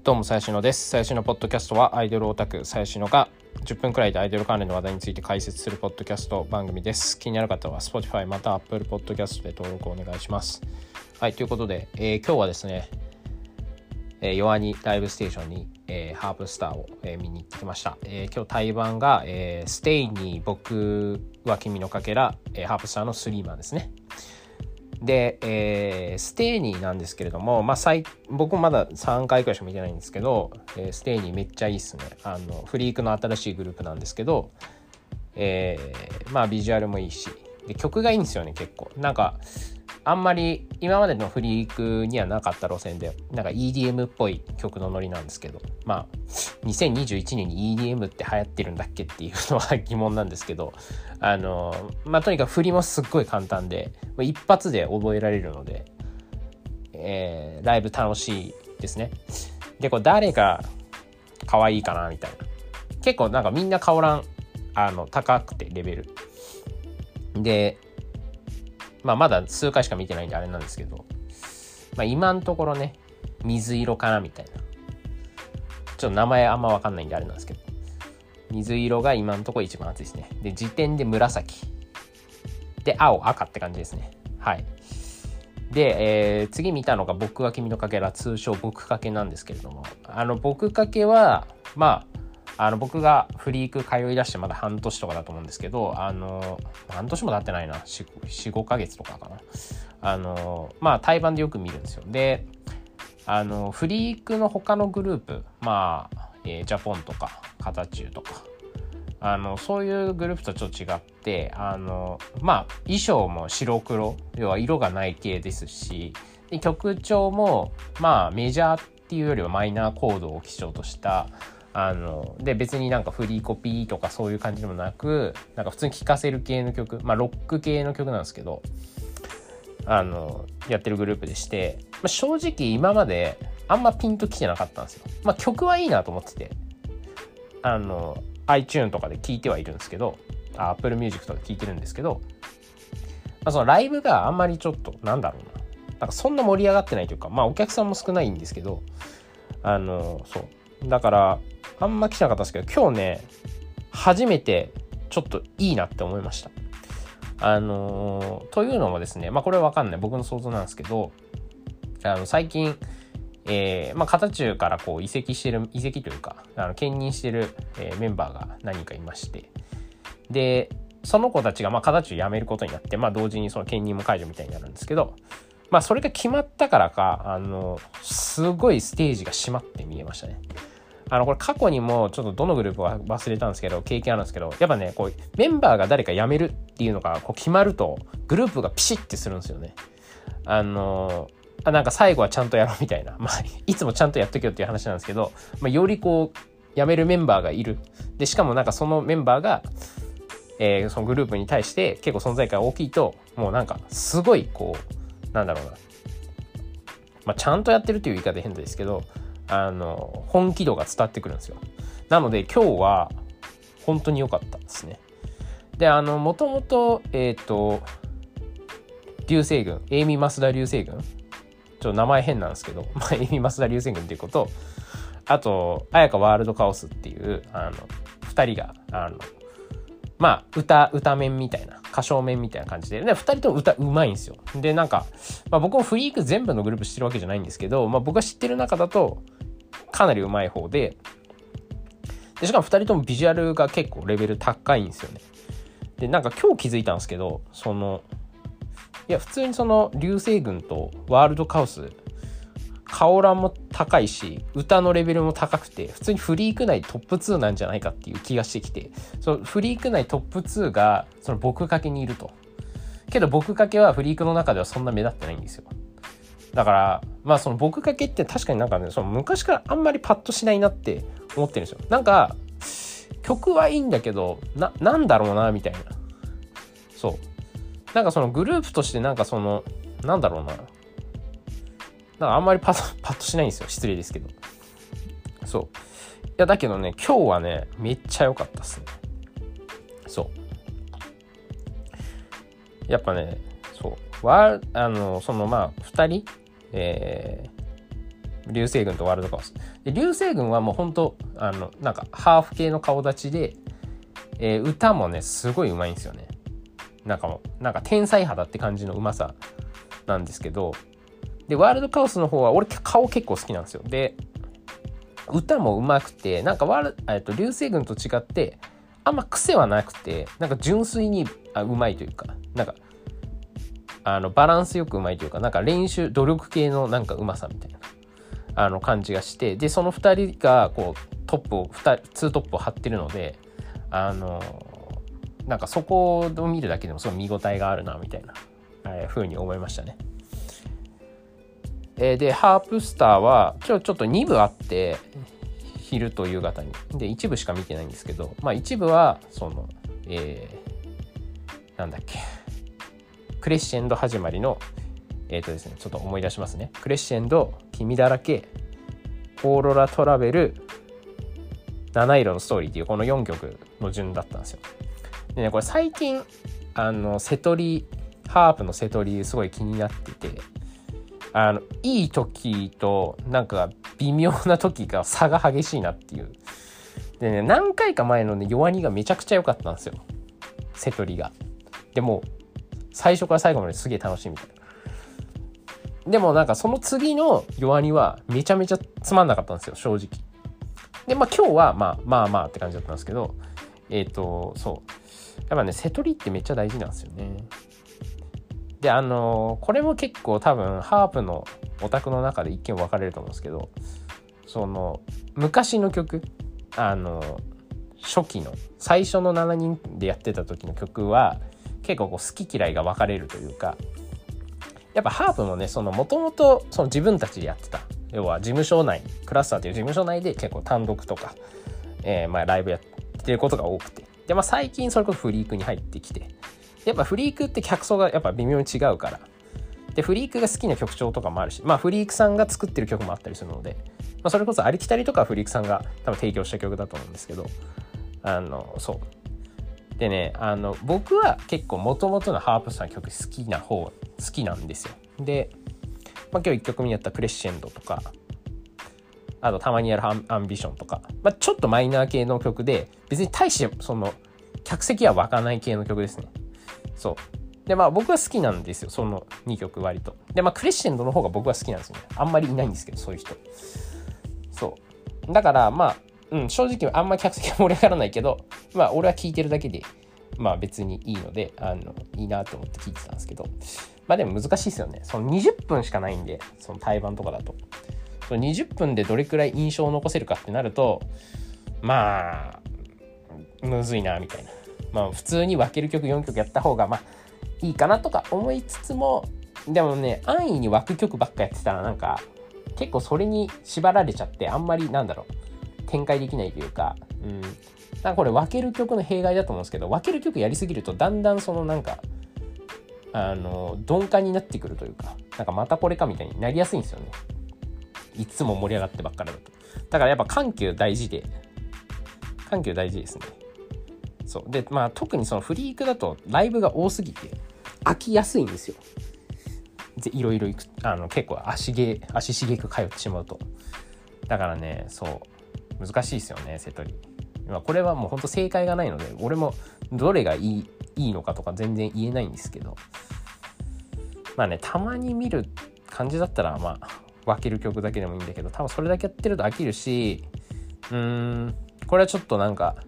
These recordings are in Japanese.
どうも最新のです。最新のポッドキャストはアイドルオタク最新のが10分くらいでアイドル関連の話題について解説するポッドキャスト番組です。気になる方は Spotify また Apple Podcast で登録お願いします。はい、ということで、今日はですね、ヨアニライブステーションに、ハープスターを、見に行ってきました。今日対バンが、ステイに僕は君のかけら、ハープスターのスリーマンですね。で、ステイニーなんですけれども、僕もまだ3回くらいしか見てないんですけど、ステイニーめっちゃいいっすね。フリークの新しいグループなんですけど、ビジュアルもいいし、で曲がいいんですよね。結構なんかあんまり今までのフリークにはなかった路線で、なんか EDM っぽい曲のノリなんですけど、2021年に EDM って流行ってるんだっけっていうのは疑問なんですけど、とにかく振りもすっごい簡単で、一発で覚えられるので、ライブ楽しいですね。で、これ誰が可愛いかなみたいな。結構なんかみんな顔欄高くてレベルで、まだ数回しか見てないんであれなんですけど、今のところね、水色かなみたいな。ちょっと名前あんま分かんないんであれなんですけど、水色が今のところ一番熱いですね。で、時点で紫で青赤って感じですね。はい。で、次見たのが僕は君のかけら、通称僕かけなんですけれども、僕かけは僕がフリーク通い出してまだ半年とかだと思うんですけど、半年も経ってないな、4、5ヶ月とかかな。対バンでよく見るんですよ。で、フリークの他のグループ、ジャポンとかカタチューとか、そういうグループとちょっと違って、衣装も白黒、要は色がない系ですし、で曲調もメジャーっていうよりはマイナーコードを基調としたで、別になんかフリーコピーとかそういう感じでもなく、なんか普通に聴かせる系の曲、ロック系の曲なんですけど、やってるグループでして、正直今まであんまピンときてなかったんですよ。曲はいいなと思ってて、iTunes とかで聴いてはいるんですけど、Apple Music とかで聴いてるんですけど、そのライブがあんまりちょっとなんかそんな盛り上がってないというか、お客さんも少ないんですけど、そうだからあんま来てなかったんですけど、今日ね初めてちょっといいなって思いました。というのもですね、これは分かんない、僕の想像なんですけど、最近カタチューからこう移籍というか兼任してる、メンバーが何人かいまして、でその子たちがカタチュー辞めることになって、同時にその兼任も解除みたいになるんですけど、それが決まったからかすごいステージが締まって見えましたね。これ過去にもちょっとどのグループは忘れたんですけど経験あるんですけど、やっぱねこうメンバーが誰か辞めるっていうのがこう決まるとグループがピシッてするんですよね。なんか最後はちゃんとやろうみたいな、いつもちゃんとやっとけよっていう話なんですけど、よりこう辞めるメンバーがいる。でしかもなんかそのメンバーが、そのグループに対して結構存在感大きいと、もうなんかすごいこうちゃんとやってるっていう言い方変ですけど、本気度が伝わってくるんですよ。なので今日は本当に良かったですね。で、もともと流星群、エイミ増田流星群、ちょっと名前変なんですけど、エイミ増田流星群っていうこと、あと綾香ワールドカオスっていう2人が歌面みたいな、歌唱面みたいな感じで、2人とも歌うまいんですよ。で、なんか、僕もフリーク全部のグループ知ってるわけじゃないんですけど、僕が知ってる中だとかなりうまい方で、しかも2人ともビジュアルが結構レベル高いんですよね。で、なんか今日気づいたんですけど、普通にその流星群とワールドカオス、顔欄も高いし歌のレベルも高くて、普通にフリーク内トップ2なんじゃないかっていう気がしてきて、そのフリーク内トップ2がその僕かけにいると。けど僕かけはフリークの中ではそんな目立ってないんですよ。だからその僕かけって確かになんかね、その昔からあんまりパッとしないなって思ってるんですよ。なんか曲はいいんだけどなんだろうなみたいな。そうなんかそのグループとしてなんかそのなんだろうな、なんかあんまりパッとしないんですよ。失礼ですけど。そう。いやだけどね、今日はねめっちゃ良かったっすね。そう。やっぱね、そう。その2人、 流星群とワールドカオスで、流星群はもう本当なんかハーフ系の顔立ちで、歌もねすごい上手いんですよね。なんか天才肌って感じのうまさなんですけど、でワールドカオスの方は俺顔結構好きなんですよ。で歌も上手くて、なんか流星群と違ってあんま癖はなくて、なんか純粋に上手いというか、なんかバランスよく上手いというか、なんか努力系のなんか上手さみたいな感じがして、でその2人がこうツートップを張ってるので、なんかそこを見るだけでもすごい見応えがあるなみたいな風に思いましたね。でハープスターはちょっと2部あって、昼と夕方にで一部しか見てないんですけど、まあ一部はそのなんだっけ、クレッシェンド始まりのですね、ちょっと思い出しますね。クレッシェンド、君だらけ、オーロラトラベル、七色のストーリーっていうこの4曲の順だったんですよ。でね、これ最近ハープの瀬戸りすごい気になってて、いい時となんか微妙な時が差が激しいなっていう。でね、何回か前のね弱2がめちゃくちゃ良かったんですよ、瀬戸りが。でも最初から最後まですげえ楽しいみたいな。でもなんかその次の弱2はめちゃめちゃつまんなかったんですよ、正直。でまあ今日はまあって感じだったんですけど、そうやっぱね瀬戸りってめっちゃ大事なんですよね。でこれも結構多分ハープのオタクの中で意見分かれると思うんですけど、その昔の曲、初期の最初の7人でやってた時の曲は結構こう好き嫌いが分かれるというか、やっぱハープもねもともと自分たちでやってた、要は事務所内、クラスターという事務所内で結構単独とか、ライブやってることが多くて、で最近それこそフリークに入ってきて、やっぱフリークって客層がやっぱ微妙に違うから、でフリークが好きな曲調とかもあるし、フリークさんが作ってる曲もあったりするので、それこそありきたりとかはフリークさんが多分提供した曲だと思うんですけど、そうでね、僕は結構元々のハープさんの曲好きなんですよ。で、今日1曲目にやったクレッシェンドとか、あとたまにやるアンビションとか、ちょっとマイナー系の曲で、別に大して客席は湧かない系の曲ですね。そうで僕は好きなんですよ、その2曲割と。でクレッシェンドの方が僕は好きなんですよね。あんまりいないんですけど、そういう人。そうだから正直あんまり客席は盛り上がらないけど、俺は聴いてるだけで別にいいので、いいなと思って聴いてたんですけど、でも難しいですよね。その20分しかないんで、その対バンとかだとその20分でどれくらい印象を残せるかってなると、むずいなみたいな。普通に分ける曲4曲やった方がいいかなとか思いつつも、でもね安易に枠曲ばっかやってたらなんか結構それに縛られちゃって、あんまり展開できないというか、なんかこれ分ける曲の弊害だと思うんですけど、分ける曲やりすぎるとだんだん鈍感になってくるというか、なんかまたこれかみたいになりやすいんですよね、いつも盛り上がってばっかりだと。だからやっぱ緩急大事ですね。そうで特にそのフリークだとライブが多すぎて飽きやすいんですよ。いろいろ結構足しげく通ってしまうと。だからね、難しいですよね、瀬戸り。これはもう本当正解がないので、俺もどれがいいのかとか全然言えないんですけど、たまに見る感じだったら分ける曲だけでもいいんだけど、多分それだけやってると飽きるし、これはちょっと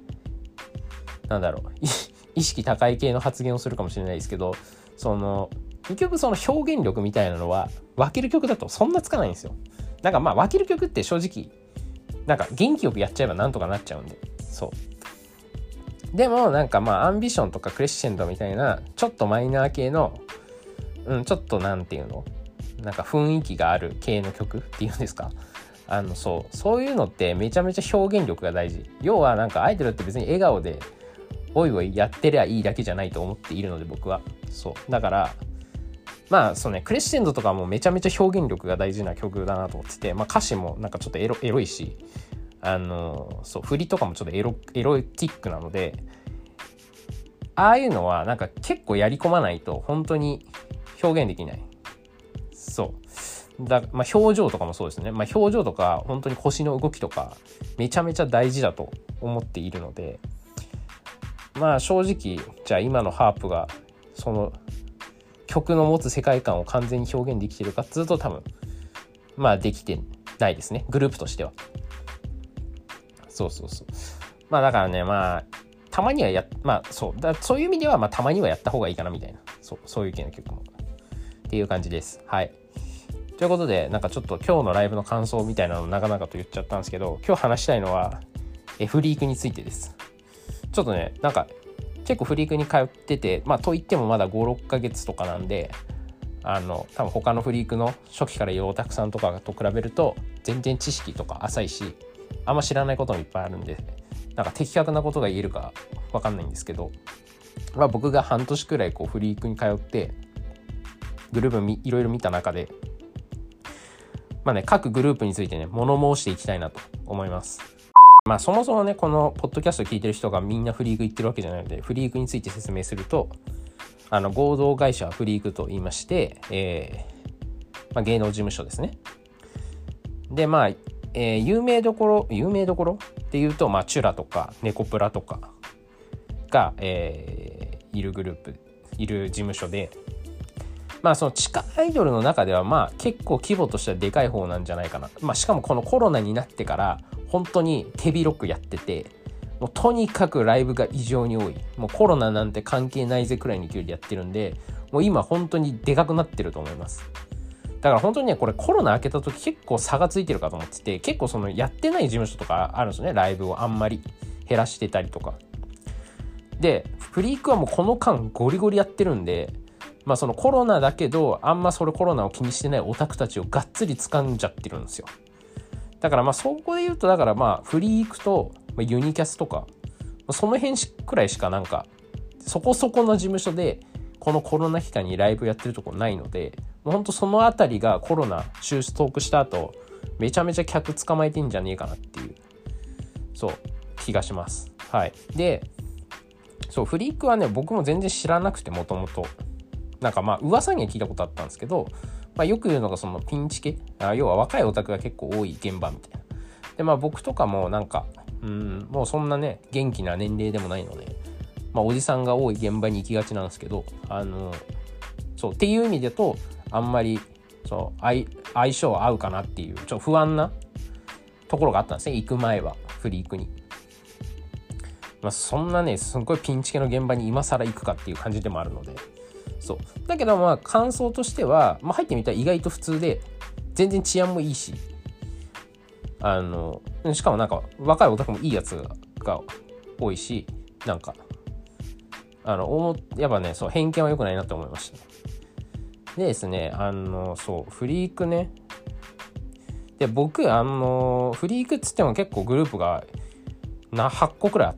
意識高い系の発言をするかもしれないですけど、結局表現力みたいなのは分ける曲だとそんなつかないんですよ。分ける曲って正直元気よくやっちゃえばなんとかなっちゃうんで。でもアンビションとかクレッシェンドみたいなちょっとマイナー系のちょっと雰囲気がある系の曲っていうんですか、そういうのってめちゃめちゃ表現力が大事。要はアイドルって別に笑顔でおいおいやってりゃいいだけじゃないと思っているので、僕はだからクレッシェンドとかもめちゃめちゃ表現力が大事な曲だなと思ってて、歌詞もちょっとエロいし、振りとかもちょっとエロティックなので、ああいうのは結構やり込まないと本当に表現できない。 まあ、表情とかもそうですね、まあ、表情とか本当に腰の動きとかめちゃめちゃ大事だと思っているので、まあ正直じゃあ今のハープがその曲の持つ世界観を完全に表現できてるかっつうと多分まあできてないですね、グループとしては。そうまあだからね、まあたまにはまあそういう意味ではまあたまにはやった方がいいかなみたいな、そういう系の曲もっていう感じです。はい。ということでなんかちょっと今日のライブの感想みたいなのを長々と言っちゃったんですけど、今日話したいのはフリークについてです。ちょっとねなんか結構フリークに通ってて、まあといってもまだ 5,6 ヶ月とかなんで、多分他のフリークの初期からいるオタクさんとかと比べると全然知識とか浅いし、あんま知らないこともいっぱいあるんで、なんか的確なことが言えるか分かんないんですけど、まあ、僕が半年くらいこうフリークに通ってグループいろいろ見た中で、まあね、各グループについてね物申していきたいなと思います。まあそもそもねこのポッドキャスト聞いてる人がみんなフリーク行ってるわけじゃないので、フリークについて説明すると、合同会社はフリークと言いまして、まあ、芸能事務所ですね。でまあ、有名どころっていうと、まあ、チュラとかネコプラとかが、いるグループいる事務所で、まあその地下アイドルの中ではまあ結構規模としてはでかい方なんじゃないかな。まあしかもこのコロナになってから本当に手広くやってて、もうとにかくライブが異常に多い。もうコロナなんて関係ないぜくらいの勢いでやってるんで、もう今本当にでかくなってると思います。だから本当にねこれコロナ明けた時結構差がついてるかと思ってて、結構そのやってない事務所とかあるんですよね、ライブをあんまり減らしてたりとかで、フリークはもうこの間ゴリゴリやってるんで、まあそのコロナだけどあんまそれコロナを気にしてないオタクたちをがっつり掴んじゃってるんですよ。だからまあそこで言うと、だからまあフリークとユニキャスとかその辺くらいしかなんかそこそこの事務所でこのコロナ期間にライブやってるとこないので、もうほんとそのあたりがコロナ収束した後めちゃめちゃ客捕まえてんじゃねえかなっていう気がします。はい。でフリークはね僕も全然知らなくて、もともとなんかまあ噂には聞いたことあったんですけど、まあ、よく言うのがそのピンチ系、要は若いオタクが結構多い現場みたいな。でまあ僕とかもなんかもうそんなね元気な年齢でもないので、まあおじさんが多い現場に行きがちなんですけど、っていう意味だとあんまり相性合うかなっていうちょっと不安なところがあったんですね、行く前はフリークに。まあそんなねすごいピンチ系の現場に今更行くかっていう感じでもあるので、だけどまあ感想としては、まあ、入ってみたら意外と普通で全然治安もいいし、しかもなんか若いオタクもいいやつが多いし、なんかやっぱね偏見は良くないなって思いました。でですねフリークね、で僕フリークっつっても結構グループが8個くらいあって、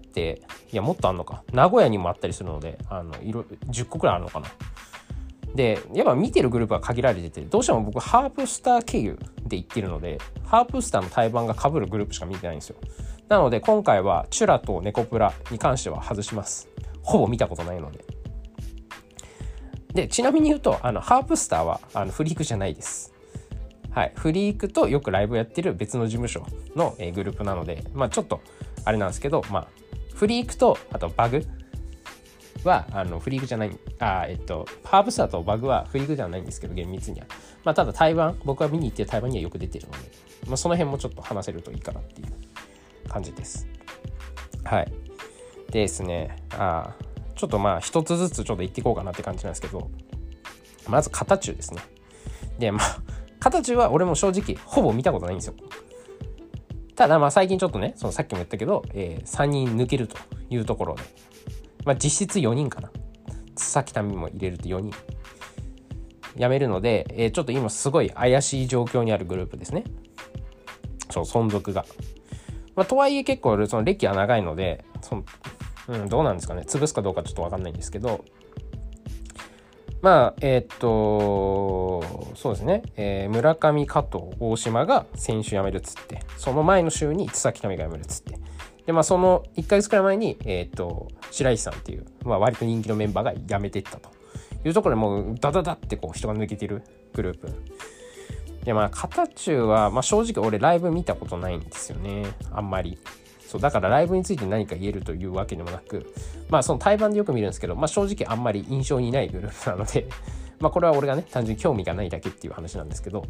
いやもっとあんのか、名古屋にもあったりするので10個くらいあるのかな。でやっぱ見てるグループは限られてて、どうしても僕ハープスター経由で行ってるので、ハープスターの対バンが被るグループしか見てないんですよ。なので今回はチュラとネコプラに関しては外します。ほぼ見たことないので。でちなみに言うとハープスターはフリークじゃないです。はい、フリークとよくライブやってる別の事務所のグループなので、まあちょっとあれなんですけど、まあフリークとあとバグはフリークじゃない、ハープスターとバグはフリークではないんですけど、厳密にはまあただ対バン、僕は見に行って対バンにはよく出てるので、まあ、その辺もちょっと話せるといいかなっていう感じです。はい。でですね、ちょっとまあ一つずつちょっと言っていこうかなって感じなんですけど、まずカタチュウですね。でまあカタチュウは俺も正直ほぼ見たことないんですよ。ただまあ最近ちょっとね、さっきも言ったけど、3人抜けるというところで、まあ、実質4人かな。さっき民も入れると4人辞めるので、ちょっと今すごい怪しい状況にあるグループですね。存続が。まあ、とはいえ結構その歴は長いので、どうなんですかね。潰すかどうかちょっと分かんないんですけど、まあそうですね、村上、加藤、大島が先週辞めるっつって、その前の週に津崎民が辞めるっつって、でまあその1ヶ月くらい前に白石さんっていう、まあ、割と人気のメンバーが辞めていったというところで、もうダダダってこう人が抜けてるグループでまあ片中は、まあ、正直俺ライブ見たことないんですよね、あんまり。そうだからライブについて何か言えるというわけでもなく、まあその対バンでよく見るんですけど、まあ正直あんまり印象にないグループなのでまあこれは俺がね単純に興味がないだけっていう話なんですけど、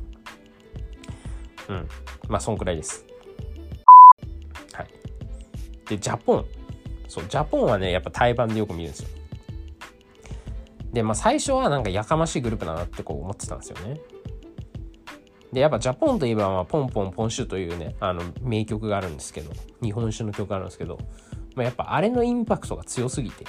まあそんくらいです。はい。でジャポンはねやっぱ対バンでよく見るんですよ。でまあ最初はなんかやかましいグループだなってこう思ってたんですよね。でやっぱジャポンといえば、まあ、ポンポンポンシュというね名曲があるんですけど、日本酒の曲があるんですけど、まあ、やっぱあれのインパクトが強すぎて、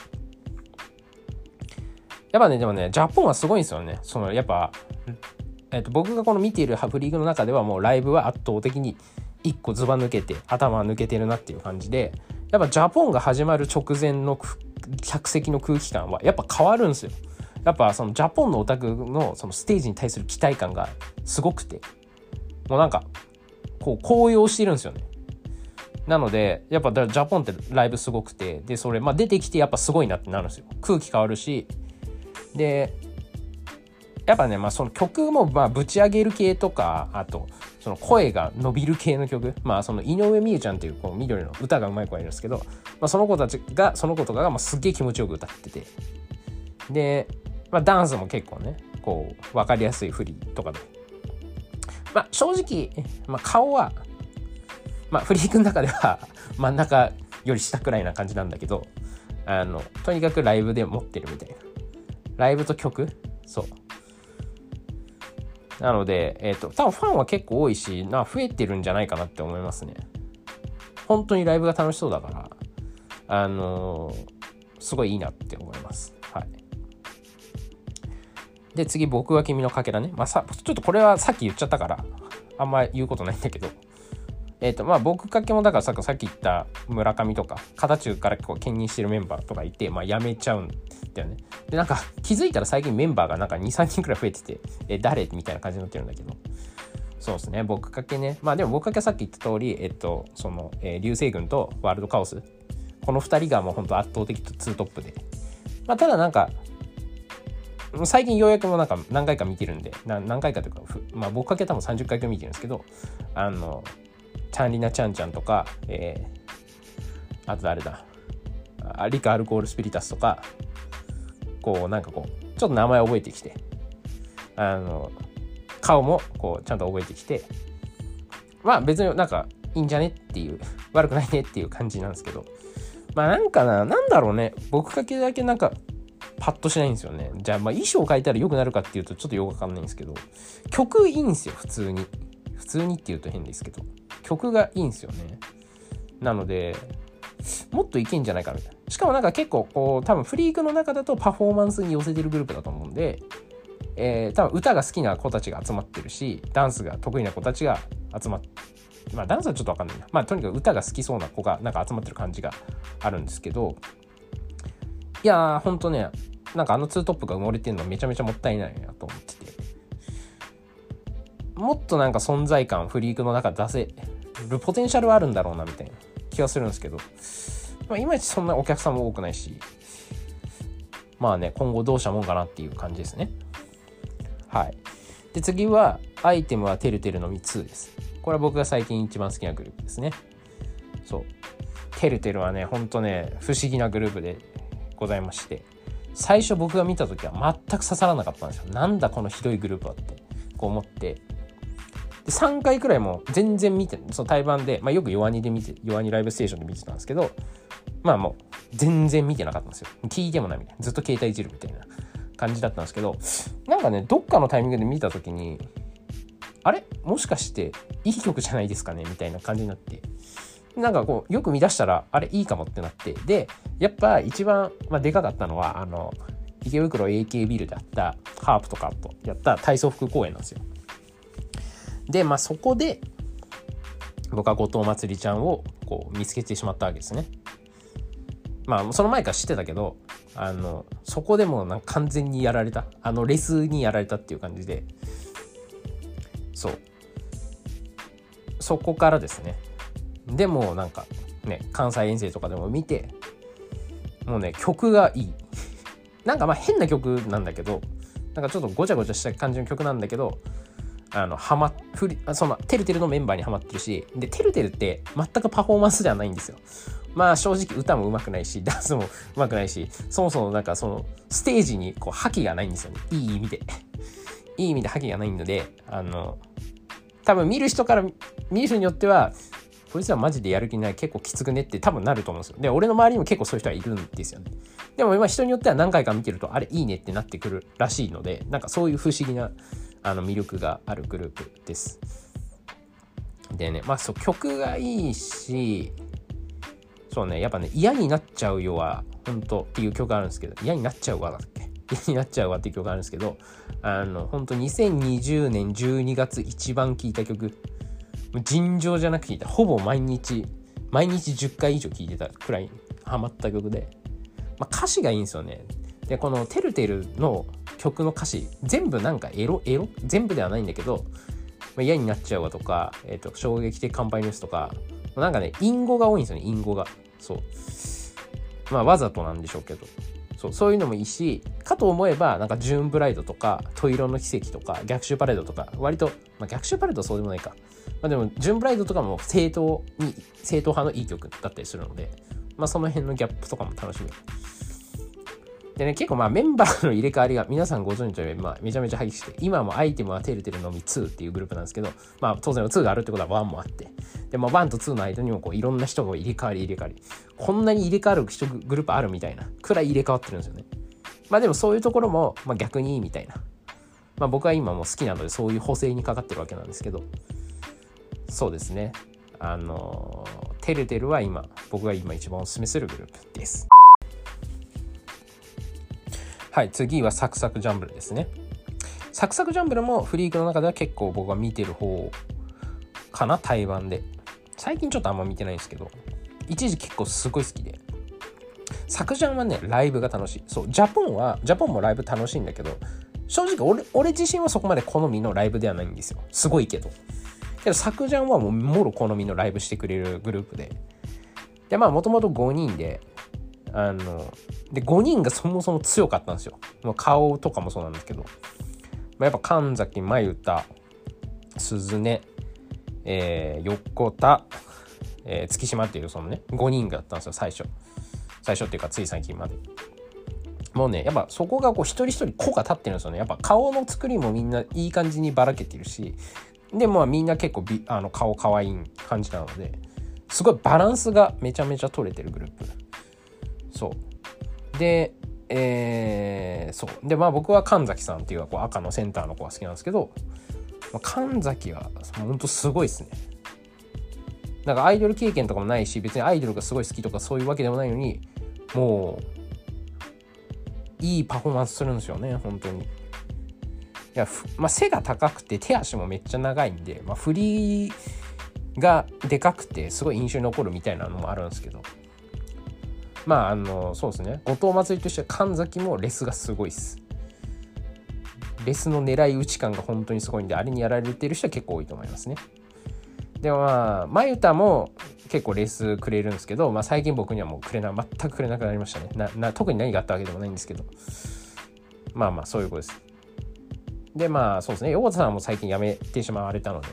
やっぱねでもねジャポンはすごいんですよね。そのやっぱ、僕がこの見ているフリーグの中ではもうライブは圧倒的に一個ズバ抜けて頭抜けてるなっていう感じで、やっぱジャポンが始まる直前の客席の空気感はやっぱ変わるんですよ。やっぱそのジャポンのオタクのそのステージに対する期待感がすごくて、もうなんかこう高揚してるんですよね。なのでやっぱジャポンってライブすごくて、でそれまあ出てきてやっぱすごいなってなるんですよ。空気変わるし、でやっぱねまあその曲もまあぶち上げる系とか、あとその声が伸びる系の曲、まあその井上美優ちゃんっていうこう緑の歌がうまい子がいるんですけど、まあ、その子とかがまあすっげえ気持ちよく歌ってて、でまあ、ダンスも結構ねこう分かりやすい振りとかで、まあ正直、まあ、顔は、まあ、フリークの中では真ん中より下くらいな感じなんだけど、とにかくライブで持ってるみたいな、ライブと曲、そうなので多分ファンは結構多いし増えてるんじゃないかなって思いますね。本当にライブが楽しそうだからすごいいいなって思います。はい。で次僕は君のかけらね、まあ、ちょっとこれはさっき言っちゃったからあんま言うことないんだけど、まあ僕かけもだからさっき言った村上とか片中からこう兼任してるメンバーとかいて、まあ辞めちゃうんだよね。でなんか気づいたら最近メンバーがなんか 2,3 人くらい増えてて、誰みたいな感じになってるんだけど、そうですね僕かけね。まあでも僕かけはさっき言った通りその、流星群とワールドカオス、この2人がもう本当圧倒的ツートップで、まあただなんか最近ようやくもなんか何回か見てるんで、何回かというか、まあ僕かけ多分30回くらい見てるんですけど、チャンリナちゃんちゃんとか、あと誰だ、リカアルコールスピリタスとか、こうなんかこうちょっと名前覚えてきて、顔もこうちゃんと覚えてきて、まあ別になんかいいんじゃねっていう、悪くないねっていう感じなんですけど、まあなんだろうね、僕かけだけなんかパッとしないんですよね。じゃあまあ衣装変えたら良くなるかっていうとちょっとよくわかんないんですけど、曲いいんですよ。普通にっていうと変ですけど曲がいいんですよね。なのでもっといけんじゃないかみたいな。しかもなんか結構こう多分フリークの中だとパフォーマンスに寄せてるグループだと思うんで、多分歌が好きな子たちが集まってるし、ダンスが得意な子たちが集まって、まあダンスはちょっとわかんないな、まあとにかく歌が好きそうな子がなんか集まってる感じがあるんですけど、いやーほんとね、なんかツートップが埋もれてるのめちゃめちゃもったいないなと思ってて、もっとなんか存在感フリークの中で出せるポテンシャルはあるんだろうなみたいな気がするんですけど、まあ、いまいちそんなお客さんも多くないし、まあね今後どうしたもんかなっていう感じですね。はい。で次はアイテムはてるてるのみ2です。これは僕が最近一番好きなグループですね。そうてるてるはねほんとね不思議なグループでございまして、最初僕が見た時は全く刺さらなかったんですよ。なんだこのひどいグループはってこう思って、で3回くらいも全然見て、その対バンで、まあ、よく弱にライブステーションで見てたんですけど、まあもう全然見てなかったんですよ。聞いてもないみたいな、ずっと携帯いじるみたいな感じだったんですけど、なんかねどっかのタイミングで見た時にあれもしかしていい曲じゃないですかねみたいな感じになって、なんかこうよく見出したらあれいいかもってなって、でやっぱ一番、でかかったのは池袋 AK ビルであったハープとかとやった体操服公演なんですよ。でまあそこで僕は後藤まつりちゃんをこう見つけてしまったわけですね。まあその前から知ってたけどそこでもなんか完全にやられた、レスにやられたっていう感じで、そこからですね。でもなんかね関西遠征とかでも見て、もうね曲がいいなんかまあ変な曲なんだけど、なんかちょっとごちゃごちゃした感じの曲なんだけど、 そのてるてるのメンバーにハマってるし、でてるてるって全くパフォーマンスではないんですよ。まあ正直歌も上手くないしダンスも上手くないし、そもそもなんかそのステージにこう覇気がないんですよね。いい意味で覇気がないので、多分見る人によってはこいつはマジでやる気ない、結構きつくねって多分なると思うんですよ。で俺の周りにも結構そういう人はいるんですよね。でも今人によっては何回か見てるとあれいいねってなってくるらしいので、なんかそういう不思議な魅力があるグループです。でね、まあそう曲がいいし、そうね、やっぱね、嫌になっちゃうよは本当っていう曲があるんですけど、嫌になっちゃうわだっけ嫌になっちゃうわっていう曲があるんですけど、本当2020年12月一番聴いた曲、尋常じゃなく聴いた、ほぼ毎日10回以上聴いてたくらいハマった曲で、まあ、歌詞がいいんですよね。でこのてるてるの曲の歌詞全部なんかエロ全部ではないんだけど、嫌になっちゃうわとか、衝撃的乾杯ニュースとか、なんかね隠語が多いんですよね。隠語がそうわざとなんでしょうけど、そういうのもいいし、かと思えばなんかジューンブライドとかトイロの奇跡とか逆襲パレードとか、割と、逆襲パレードはそうでもないか、でもジューンブライドとかも正統派のいい曲だったりするので、その辺のギャップとかも楽しみでね、結構メンバーの入れ替わりが皆さんご存知のようにめちゃめちゃ激しくて、今もアイテムはてるてるのみ2っていうグループなんですけど、当然2があるってことは1もあって、で1と2の間にもこういろんな人が入れ替わり、こんなに入れ替わるグループあるみたいなくらい入れ替わってるんですよね。でもそういうところも逆にいいみたいな、僕は今も好きなのでそういう補正にかかってるわけなんですけど、そうですね、てるてるは僕が今一番おすすめするグループです。はい、次はサクサクジャンブルですね。サクサクジャンブルもフリークの中では結構僕は見てる方かな、対バンで。最近ちょっとあんま見てないんですけど、一時結構すごい好きで、サクジャンはねライブが楽しい。そう、ジャポンもライブ楽しいんだけど、正直俺自身はそこまで好みのライブではないんですよ。すごいけどサクジャンはもうもろ好みのライブしてくれるグループで、もともと5人でで5人がそもそも強かったんですよ。顔とかもそうなんですけど、やっぱ神崎、真由田、鈴音、横田、月島っていうそのね5人があったんですよ。最初っていうかつい最近まで。もうねやっぱそこがこう一人一人個が立ってるんですよね。やっぱ顔の作りもみんないい感じにばらけてるし、でみんな結構顔可愛い感じなので、すごいバランスがめちゃめちゃ取れてるグループ。そうで、そうで僕は神崎さんっていう赤のセンターの子が好きなんですけど、神崎は本当すごいですね。なんかアイドル経験とかもないし、別にアイドルがすごい好きとかそういうわけでもないのに、もういいパフォーマンスするんですよね、本当に。いや背が高くて手足もめっちゃ長いんで、振りがでかくてすごい印象に残るみたいなのもあるんですけど、そうですね、後藤祭りとしては神崎もレスがすごいっす。レスの狙い撃ち感が本当にすごいんで、あれにやられてる人は結構多いと思いますね。で真由田も結構レースくれるんですけど、最近僕にはもう全くくれなくなりましたね。特に何があったわけでもないんですけど、そういうことです。でそうですね、横田さんも最近辞めてしまわれたの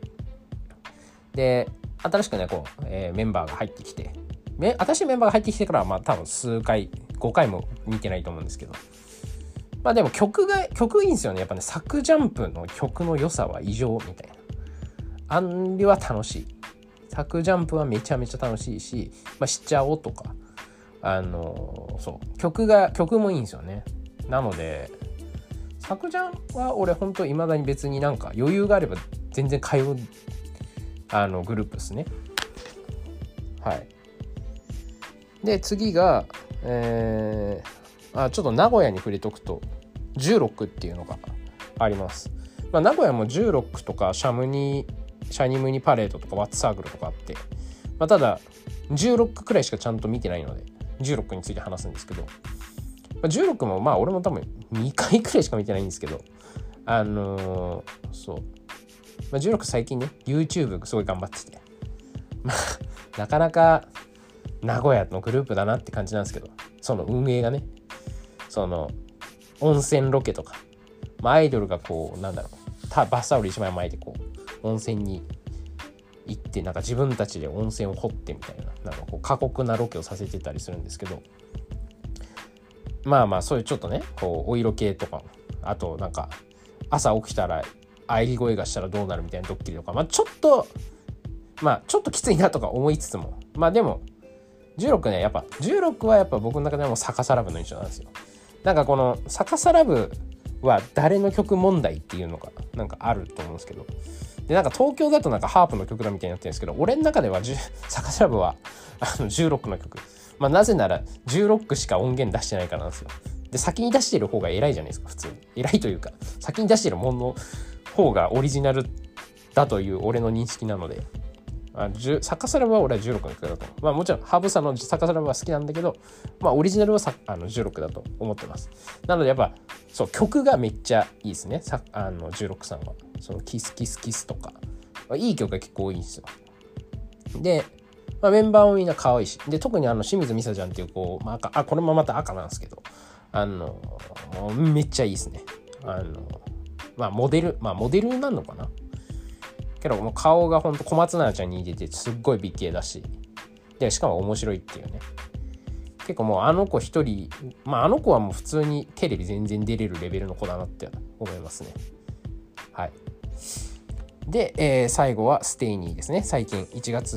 で、新しくねメンバーが入ってきて、新しいメンバーが入ってきてからは多分5回も見てないと思うんですけど、でも曲いいんですよね。やっぱねサクジャンプの曲の良さは異常みたいな。アンリは楽しい。サクジャンプはめちゃめちゃ楽しいし、しちゃおうとかそう曲もいいんですよね。なのでサクジャンは俺本当未だに別になんか余裕があれば全然通うグループですね。はい。で次がちょっと名古屋に触れとくと16っていうのがあります。名古屋も16とかシャニムニパレードとかワッツサークルとかあって、ただ16くらいしかちゃんと見てないので16について話すんですけど、16も俺も多分2回くらいしか見てないんですけど、そう、16最近ね YouTube すごい頑張ってて、なかなか名古屋のグループだなって感じなんですけど、その運営がね、その温泉ロケとか、アイドルがバスタオル1枚巻いてこう温泉に行ってなんか自分たちで温泉を掘ってみたいな、なんかこう過酷なロケをさせてたりするんですけど、まあまあそういうちょっとねこうお色系とか、あとなんか朝起きたら喘ぎ声がしたらどうなるみたいなドッキリとか、ちょっときついなとか思いつつも、でも16ね、やっぱ16はやっぱ僕の中でも逆さラブの印象なんですよ。なんかこの逆さラブは誰の曲問題っていうのがなんかあると思うんですけど、でなんか東京だとなんかハープの曲だみたいになってるんですけど、俺の中では逆さラブは16の曲、なぜなら16しか音源出してないからなんですよ。で先に出してる方が偉いじゃないですか、普通に偉いというか先に出してるものの方がオリジナルだという俺の認識なので、逆さラブは俺は16の曲だと、もちろんハーブさんの逆さラブは好きなんだけど、オリジナルは16だと思ってます。なのでやっぱそう曲がめっちゃいいですね。16さんはそのキスキスキスとかいい曲が結構多いんですよ。で、メンバーもみんな可愛いし、で特に清水美沙ちゃんっていうこれもまた赤なんですけど、めっちゃいいですね。モデルなのかなけど、もう顔がほんと小松菜奈ちゃんに似ててすっごい美形だし、でしかも面白いっていうね。結構もうあの子一人、あの子はもう普通にテレビ全然出れるレベルの子だなって思いますね。はい。で、最後はステイニーですね。最近1月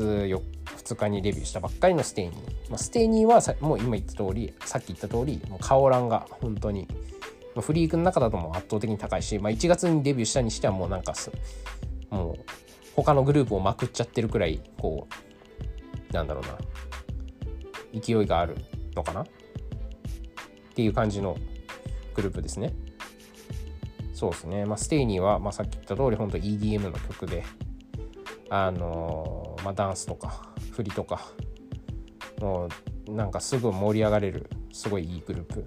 2日にデビューしたばっかりのステイニー。ステイニーはもう今言った通り、さっき言った通り、もう顔欄が本当にフリークの中だともう圧倒的に高いし、1月にデビューしたにしてはもうなんかもう他のグループをまくっちゃってるくらいこうなんだろうな、勢いがあるのかなっていう感じのグループですね。そうですね。ステイニーはさっき言った通り本当 EDM の曲でダンスとか振りとかもうなんかすぐ盛り上がれるすごいいいグループ。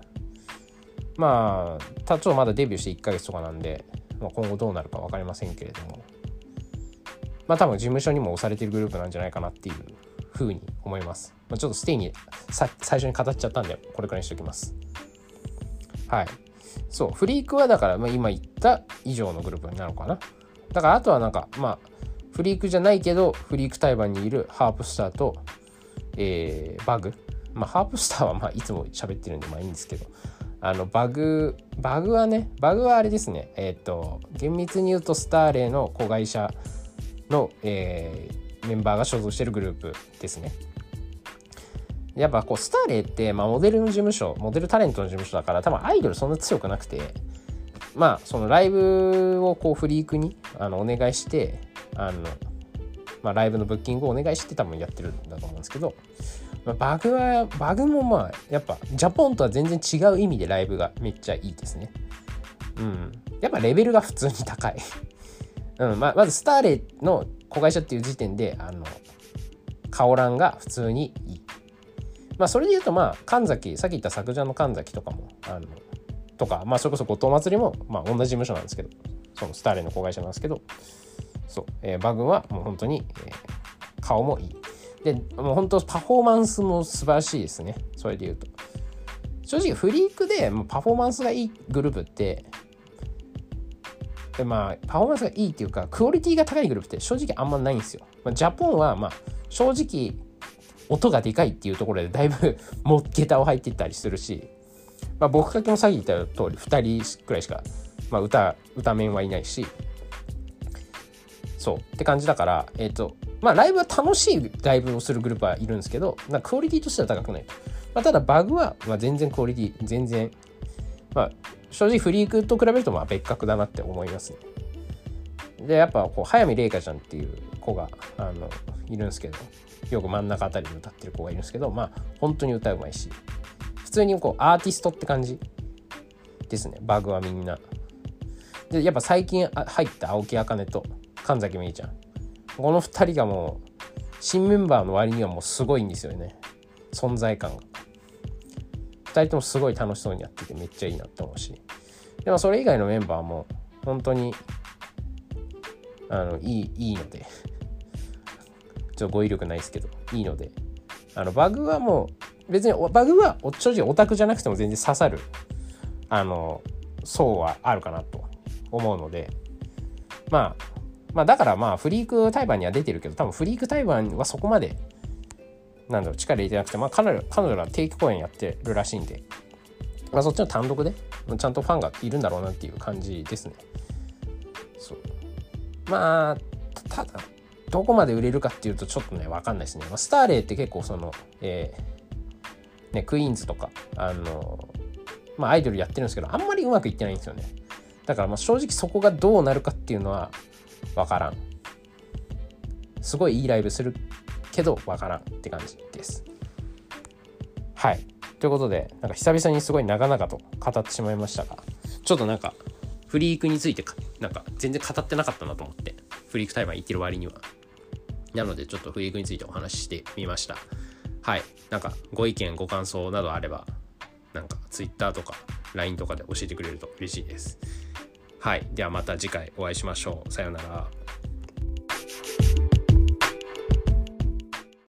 ちょっとまだデビューして1ヶ月とかなんで、今後どうなるか分かりませんけれども、多分事務所にも押されてるグループなんじゃないかなっていうふうに思います。ちょっとステイに最初に語っちゃったんでこれくらいにしておきます。はい。そうフリークはだから今言った以上のグループになるのかな。だからあとはなんかフリークじゃないけどフリーク対バンにいるハープスターと、バグ、ハープスターはいつも喋ってるんでいいんですけど、バグはあれですね。厳密に言うとスターレイの子会社の、メンバーが所属しているグループですね。やっぱスターレイって、モデルの事務所、モデルタレントの事務所だから多分アイドルそんな強くなくて、そのライブをフリークにお願いしてライブのブッキングをお願いして多分やってるんだと思うんですけど、バグもやっぱジャポンとは全然違う意味でライブがめっちゃいいですね。やっぱレベルが普通に高いまずスターレイの子会社っていう時点で顔欄が普通にいい。それで言うと神崎、さっき言った作ジャンの神崎とかもとかそれこそ後藤祭りも同じ事務所なんですけど、そのスターレイの子会社なんですけど、バグはもう本当に、顔もいいで、もう本当パフォーマンスも素晴らしいですね。それで言うと正直フリークでもうパフォーマンスがいいグループってパフォーマンスがいいっていうかクオリティが高いグループって正直あんまないんですよ。ジャポンは正直音がでかいっていうところでだいぶもう桁を入っていったりするし、僕だけもさっき言った通り2人くらいしか、歌面はいないし、そうって感じだから、ライブは楽しいライブをするグループはいるんですけど、クオリティとしては高くない。ただバグは全然クオリティ全然正直フリークと比べると別格だなって思いますね。でやっぱ早見玲香ちゃんっていう子がいるんですけど、よく真ん中あたりで歌ってる子がいるんですけど、本当に歌うまいし、普通にアーティストって感じですね。バグはみんなで、やっぱ最近入った青木茜と神崎芽衣ちゃん、この2人がもう新メンバーの割にはもうすごいんですよね。存在感が2人ともすごい楽しそうにやっててめっちゃいいなって思うし、でもそれ以外のメンバーも本当にいいのでちょっと語彙力ないですけどいいので、バグはもう別にバグは正直オタクじゃなくても全然刺さる層はあるかなと思うので、 まあだからまあフリーク対バンには出てるけど、多分フリーク対バンはそこまでなんだろう力入れてなくて、まあ彼女ら定期公演やってるらしいんで、まあそっちの単独でちゃんとファンがいるんだろうなっていう感じですね。そう。まあただどこまで売れるかっていうとちょっとね分かんないですね。まあ、スターレイって結構その、ね、クイーンズとかまあアイドルやってるんですけど、あんまりうまくいってないんですよね。だからまあ正直そこがどうなるかっていうのは分からん。すごいいいライブするけど分からんって感じです。はい。ということでなんか久々にすごい長々と語ってしまいましたが、ちょっとなんかフリークについてなんか全然語ってなかったなと思って、フリーク対バン言ってる割には。なのでちょっとフリークについてお話ししてみました。はい。なんかご意見ご感想などあればなんか Twitter とか LINE とかで教えてくれると嬉しいです。はい。ではまた次回お会いしましょう。さようなら。